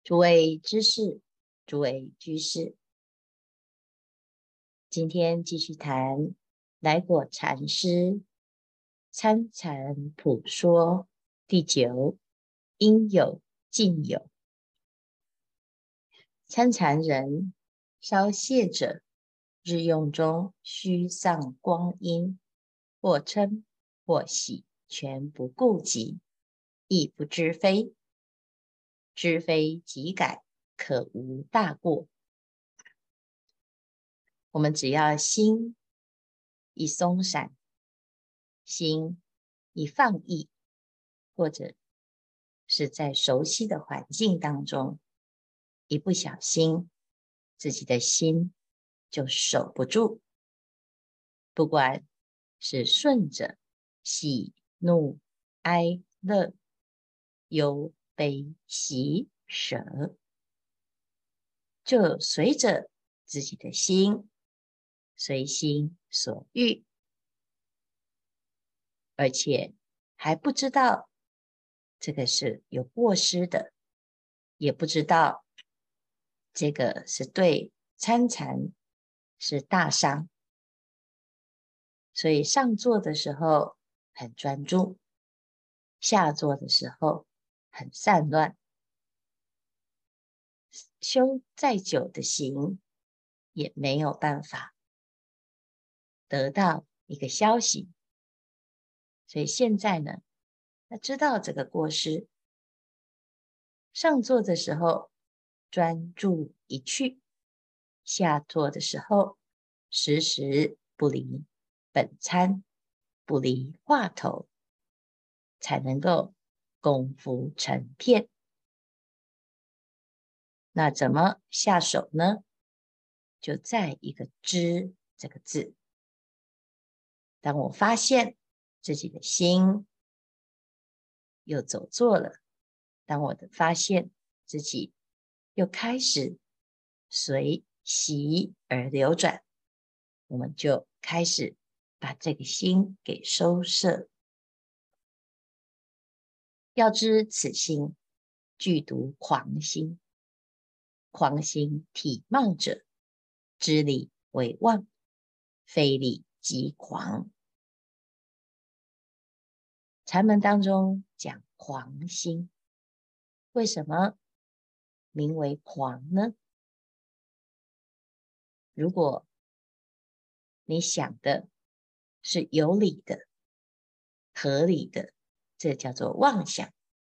诸位知士，诸位居士，今天继续谈来果禅师参禅普说第9，应有尽有。参禅人稍懈者，日用中须丧光阴，或嗔或喜，全不顾及，亦不知非。知非即改，可无大过。我们只要心一松散，心一放逸，或者是在熟悉的环境当中，一不小心，自己的心就守不住。不管是顺着喜怒哀乐忧悲喜舍，就随着自己的心，随心所欲，而且还不知道这个是有过失的，也不知道这个是对参禅是大伤。所以上座的时候很专注，下座的时候很散乱，修再久的行也没有办法得到一个消息。所以现在呢，要知道这个过失，上座的时候专注一去，下座的时候时时不离本参，不离话头，才能够功夫成片。那怎么下手呢？就在一个知这个字。当我发现自己的心又走错了，当我发现自己又开始随喜而流转，我们就开始把这个心给收摄。要知此心，具读狂心。狂心体冒者，知理为妄，非理即狂。禅门当中讲狂心，为什么名为狂呢？如果你想的是有理的、合理的，这叫做妄想；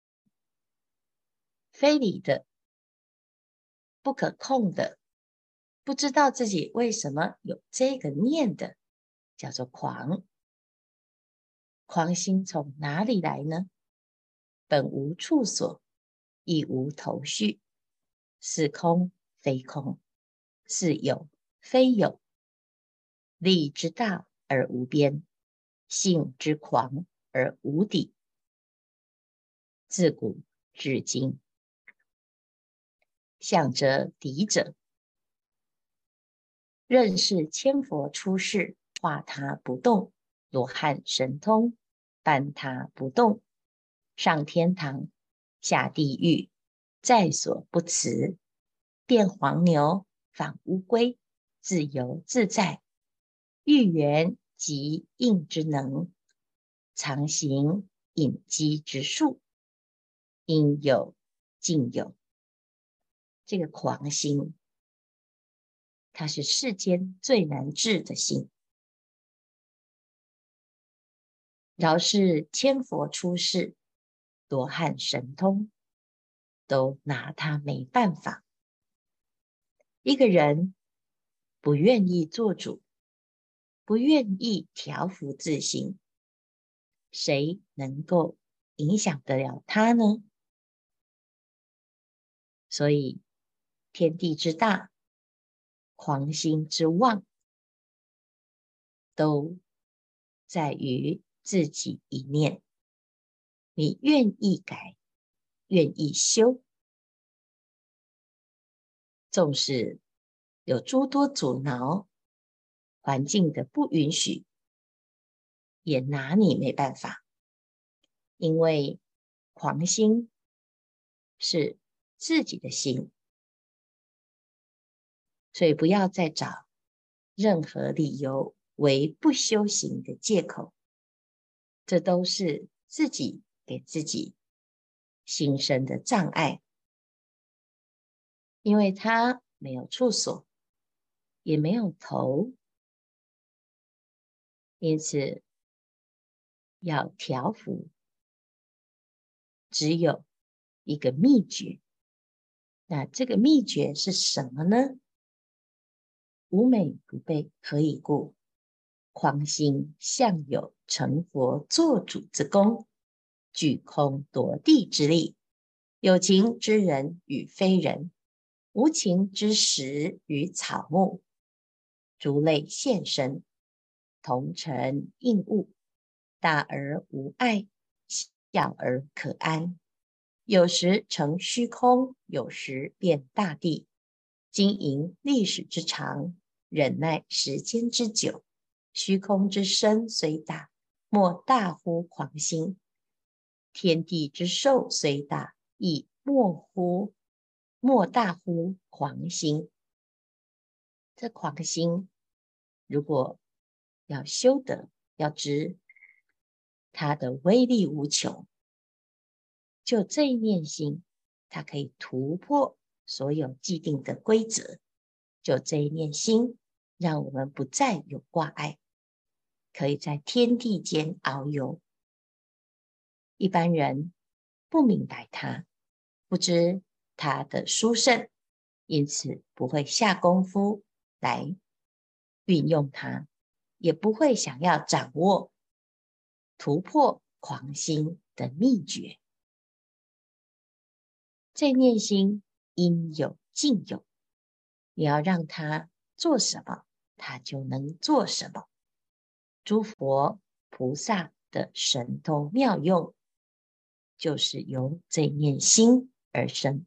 非理的、不可控的，不知道自己为什么有这个念的，叫做狂。狂心从哪里来呢？本无处所，亦无头绪，是空非空，是有非有，力之大而无边，性之狂而无底。自古至今，想着敌者，认识千佛出世，化他不动，罗汉神通，伴他不动，上天堂，下地狱，在所不辞，变黄牛，反乌龟，自由自在，欲圆即应之能，常行隐机之术，应有尽有。这个狂心，它是世间最难治的心。饶是千佛出世，罗汉神通，都拿他没办法。一个人不愿意做主，不愿意调伏自心，谁能够影响得了他呢？所以天地之大，狂心之妄，都在于自己一念。你愿意改，愿意修，纵使有诸多阻挠，环境的不允许，也拿你没办法。因为狂心是自己的心，所以不要再找任何理由为不修行的借口，这都是自己给自己心生的障碍，因为它没有处所，也没有头，因此要调伏，只有一个秘诀。那这个秘诀是什么呢？无美不备，何以故？狂心向有成佛作主之功，举空夺地之力，有情之人与非人，无情之石与草木，竹类现身，同尘应物，大而无碍，小而可安。有时成虚空，有时变大地，经营历史之长，忍耐时间之久。虚空之身虽大，莫大乎狂心；天地之寿虽大，亦莫大乎狂心。这狂心，如果要修得，要知它的威力无穷。就这一念心，它可以突破所有既定的规则。就这一念心，让我们不再有挂碍，可以在天地间遨游。一般人不明白它，不知它的殊胜，因此不会下功夫来运用它，也不会想要掌握突破狂心的秘诀。这念心应有尽有，你要让它做什么，它就能做什么。诸佛菩萨的神通妙用，就是由这念心而生。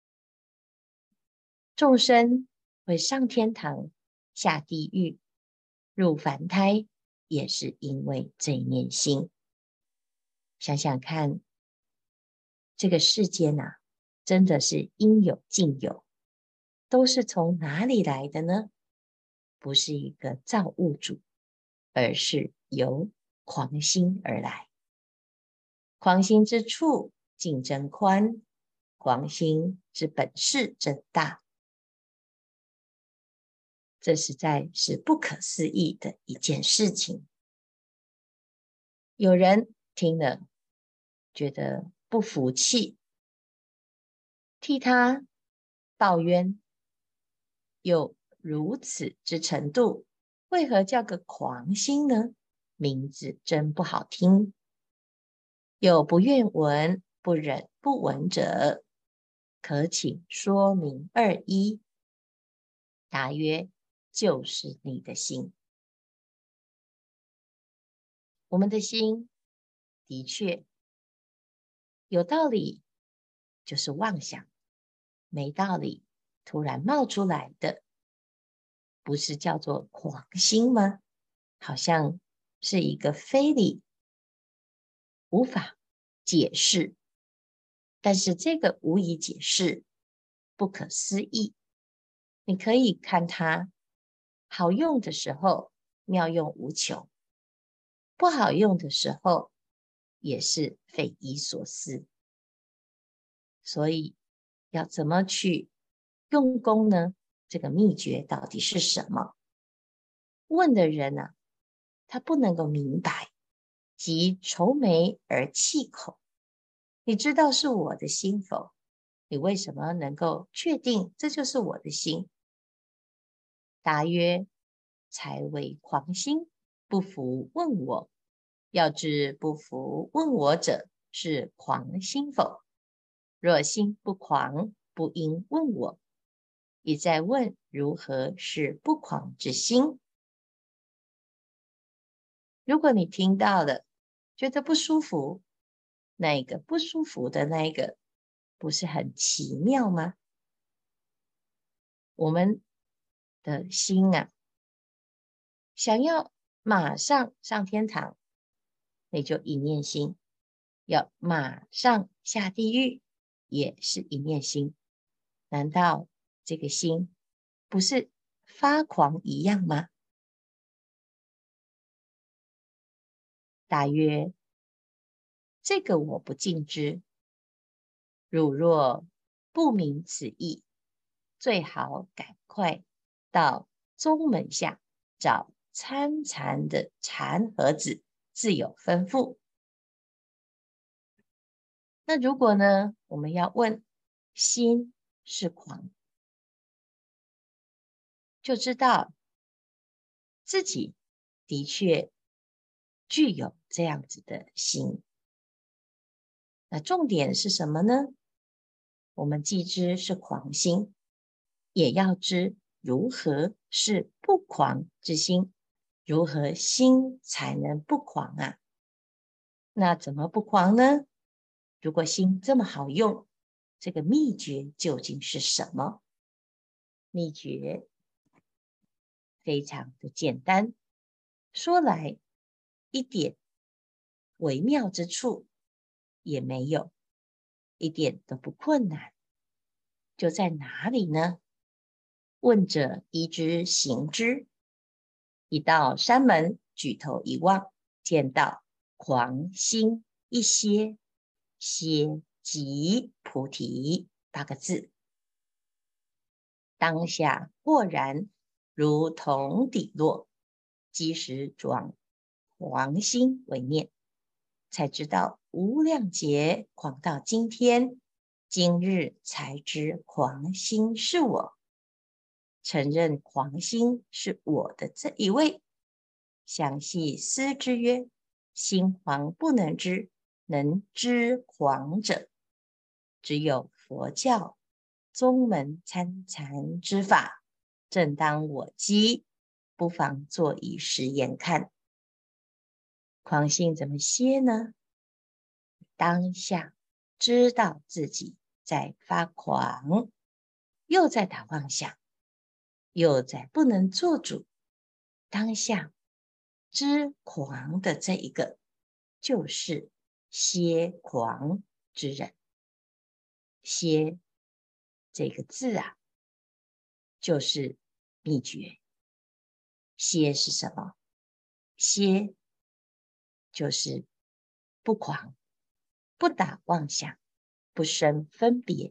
众生会上天堂、下地狱、入凡胎，也是因为这念心。想想看，这个世间啊，真的是应有尽有，都是从哪里来的呢？不是一个造物主，而是由狂心而来。狂心之处径真宽，狂心之本事真大，这实在是不可思议的一件事情。有人听了觉得不服气，替他抱冤，有如此之程度，为何叫个狂心呢？名字真不好听。有不愿闻、不忍不闻者，可请说明二一。答曰：就是你的心。我们的心的确有道理，就是妄想；没道理，突然冒出来的，不是叫做狂心吗？好像是一个非理，无法解释。但是这个无以解释，不可思议。你可以看它好用的时候，妙用无穷；不好用的时候，也是匪夷所思。所以要怎么去用功呢？这个秘诀到底是什么？问的人啊，他不能够明白，即愁眉而气口。你知道是我的心否？你为什么能够确定这就是我的心？答曰：才为狂心，不服问我。要知不服问我者，是狂心否？若心不狂，不应问我。已在问如何是不狂之心。如果你听到了，觉得不舒服，那一个不舒服的那一个，不是很奇妙吗？我们的心啊，想要马上上天堂，你就一念心；要马上下地狱，也是一念心。 难道这个心不是发狂一样吗？大约这个我不尽知，汝若不明此意，最好赶快到宗门下找参禅的禅盒子，自有吩咐。那如果呢，我们要问心是狂，就知道自己的确具有这样子的心。那重点是什么呢？我们既知是狂心，也要知如何是不狂之心，如何心才能不狂啊？那怎么不狂呢？如果心这么好用，这个秘诀究竟是什么？秘诀非常的简单，说来一点微妙之处也没有，一点都不困难。就在哪里呢？问者依之行之。一到山门，举头一望，见到狂心一歇，歇即菩提8个字。当下豁然如同底落，即时转狂心为念，才知道无量劫狂到今天，今日才知狂心是我，承认狂心是我的这一位。详细思之曰：心狂不能知，能知狂者，只有佛教宗门参禅之法。正当我机，不妨做以实验看。狂心怎么歇呢？当下知道自己在发狂，又在打妄想，又在不能做主，当下知狂的这一个，就是歇狂之人。歇这个字啊，就是秘诀。歇是什么？歇就是不狂，不打妄想，不生分别，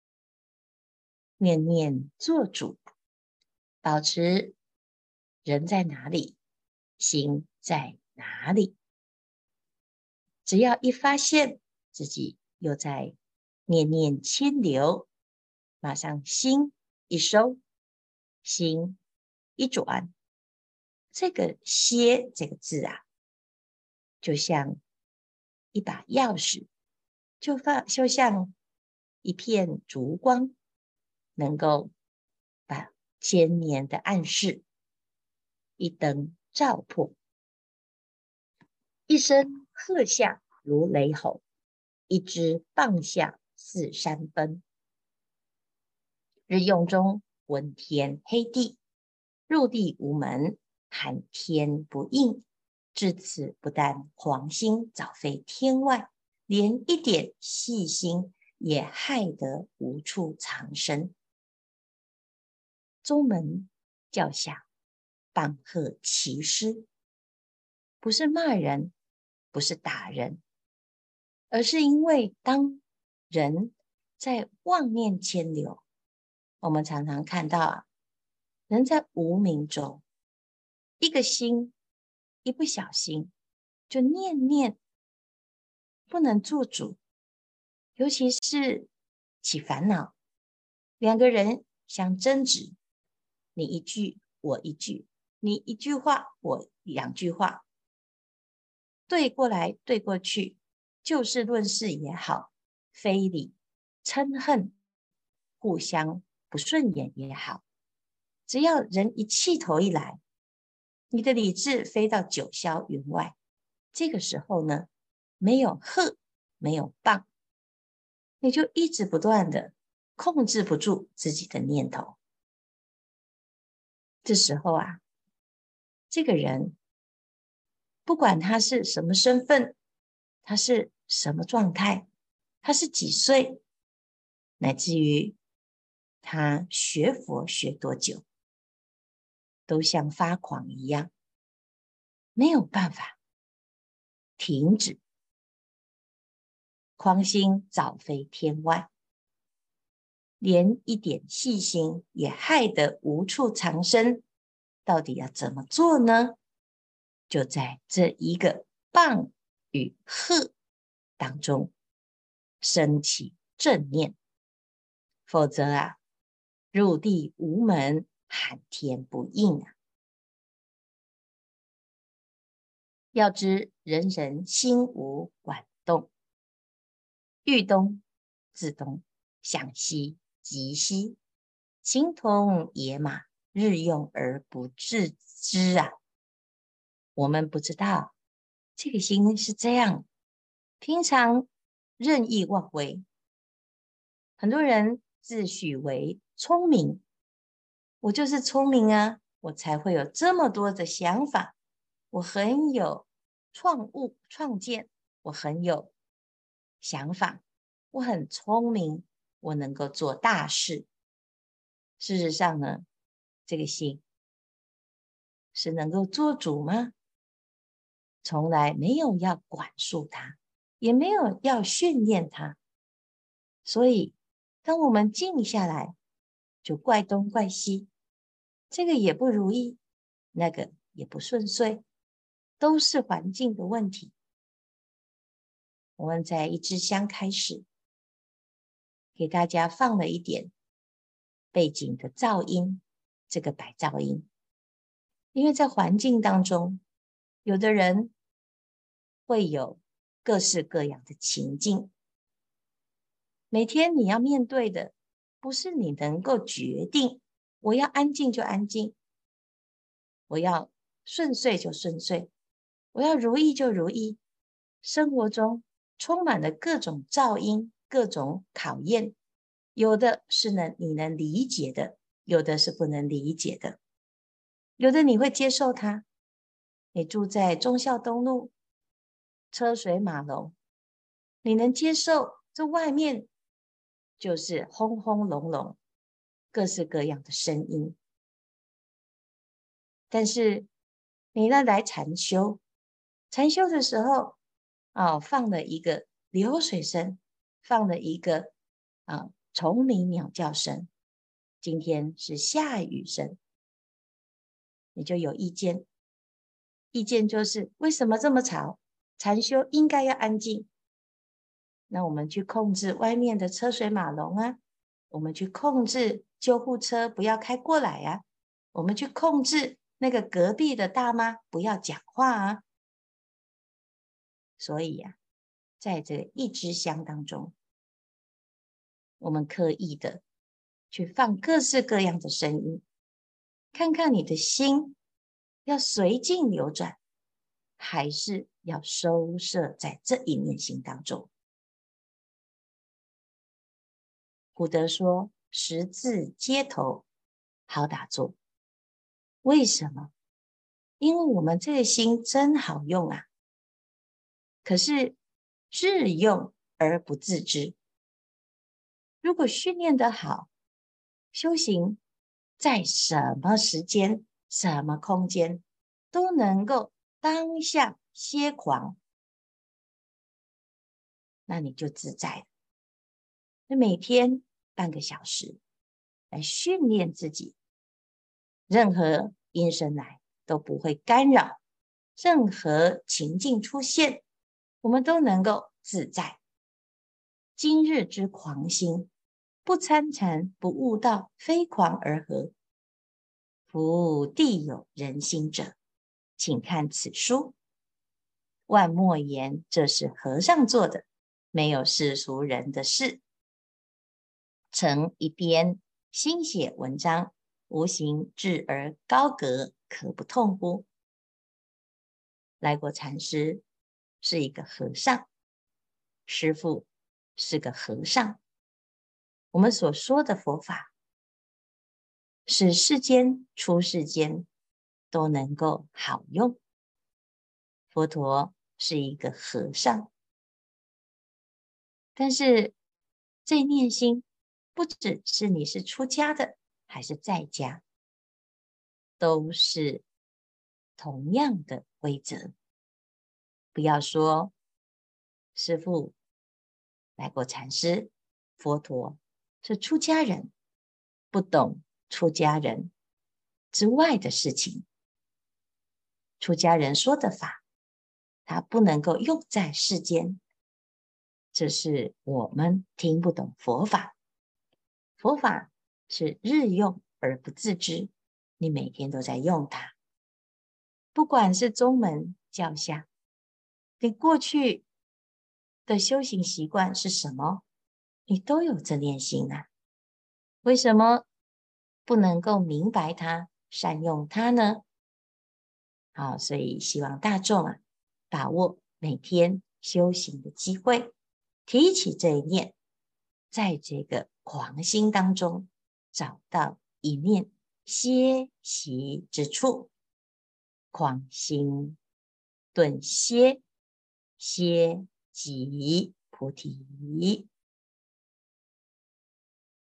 念念做主，保持人在哪里，心在哪里。只要一发现自己又在念念牵流，马上心一收，心一转，这个歇这个字啊，就像一把钥匙，就像一片烛光，能够把千年的暗示一灯照破。一声喝下如雷吼，一支棒下似山崩。日用中闻天黑地，入地无门，喊天不应。至此不但狂心早飞天外，连一点细心也害得无处藏身。宗门教下棒喝其师，不是骂人，不是打人，而是因为当人在妄念牵流，我们常常看到啊，人在无明中，一个心一不小心就念念不能做主，尤其是起烦恼，两个人相争执，你一句我一句，你一句话我2句话，对过来对过去，就事论事也好，非礼嗔恨互相不顺眼也好，只要人一气头一来，你的理智飞到九霄云外，这个时候呢，没有喝，没有棒，你就一直不断的控制不住自己的念头。这时候啊，这个人不管他是什么身份，他是什么状态，他是几岁，乃至于他学佛学多久，都像发狂一样，没有办法停止，狂心早飞天外，连一点细心也害得无处藏身。到底要怎么做呢？就在这一个棒与喝当中升起正念，否则啊，入地无门，喊天不应啊！要知人人心无管动，欲动自动，想息即息，形同野马，日用而不自知啊！我们不知道这个心是这样，平常任意妄为，很多人自诩为聪明，我就是聪明啊，我才会有这么多的想法，我很有创建，我很有想法，我很聪明，我能够做大事。事实上呢，这个心是能够做主吗？从来没有要管束它，也没有要训练它。所以当我们静下来，就怪东怪西，这个也不如意，那个也不顺遂，都是环境的问题。我们在一支香开始，给大家放了一点背景的噪音，这个白噪音。因为在环境当中，有的人会有各式各样的情境，每天你要面对的，不是你能够决定，我要安静就安静，我要顺遂就顺遂，我要如意就如意。生活中充满了各种噪音，各种考验，有的是你能理解的，有的是不能理解的，有的你会接受它。你住在忠孝东路，车水马龙，你能接受这外面就是轰轰隆隆，各式各样的声音。但是你来禅修，禅修的时候放了一个流水声，放了一个虫鸣鸟叫声，今天是下雨声，你就有意见。意见就是为什么这么吵？禅修应该要安静。那我们去控制外面的车水马龙啊，我们去控制救护车不要开过来啊，我们去控制那个隔壁的大妈不要讲话啊。所以啊，在这一支香当中，我们刻意的去放各式各样的声音，看看你的心要随境流转，还是要收摄在这一念心当中。古德说十字街头好打坐，为什么？因为我们这个心真好用啊，可是日用而不自知。如果训练得好，修行在什么时间、什么空间都能够当下歇狂，那你就自在了。那每天半个小时来训练自己，任何音声来都不会干扰，任何情境出现，我们都能够自在。今日之狂心，不参禅，不悟道，非狂而合。夫地有人心者，请看此书。万莫言这是和尚做的，没有世俗人的事。曾一边新写文章，无形质而高阁，可不痛乎？来果禅师是一个和尚，师父是个和尚。我们所说的佛法，使世间出世间都能够好用。佛陀是一个和尚，但是这念心不只是你是出家的还是在家，都是同样的规则。不要说师父来过禅师、佛陀是出家人，不懂出家人之外的事情。出家人说的法，他不能够用在世间，这是我们听不懂佛法。佛法是日用而不自知，你每天都在用它。不管是宗门教下，你过去的修行习惯是什么，你都有这念心啊。为什么不能够明白它、善用它呢？好，所以希望大众啊，把握每天修行的机会，提起这一念，在这个狂心当中找到一念歇息之处，狂心顿歇，歇即菩提。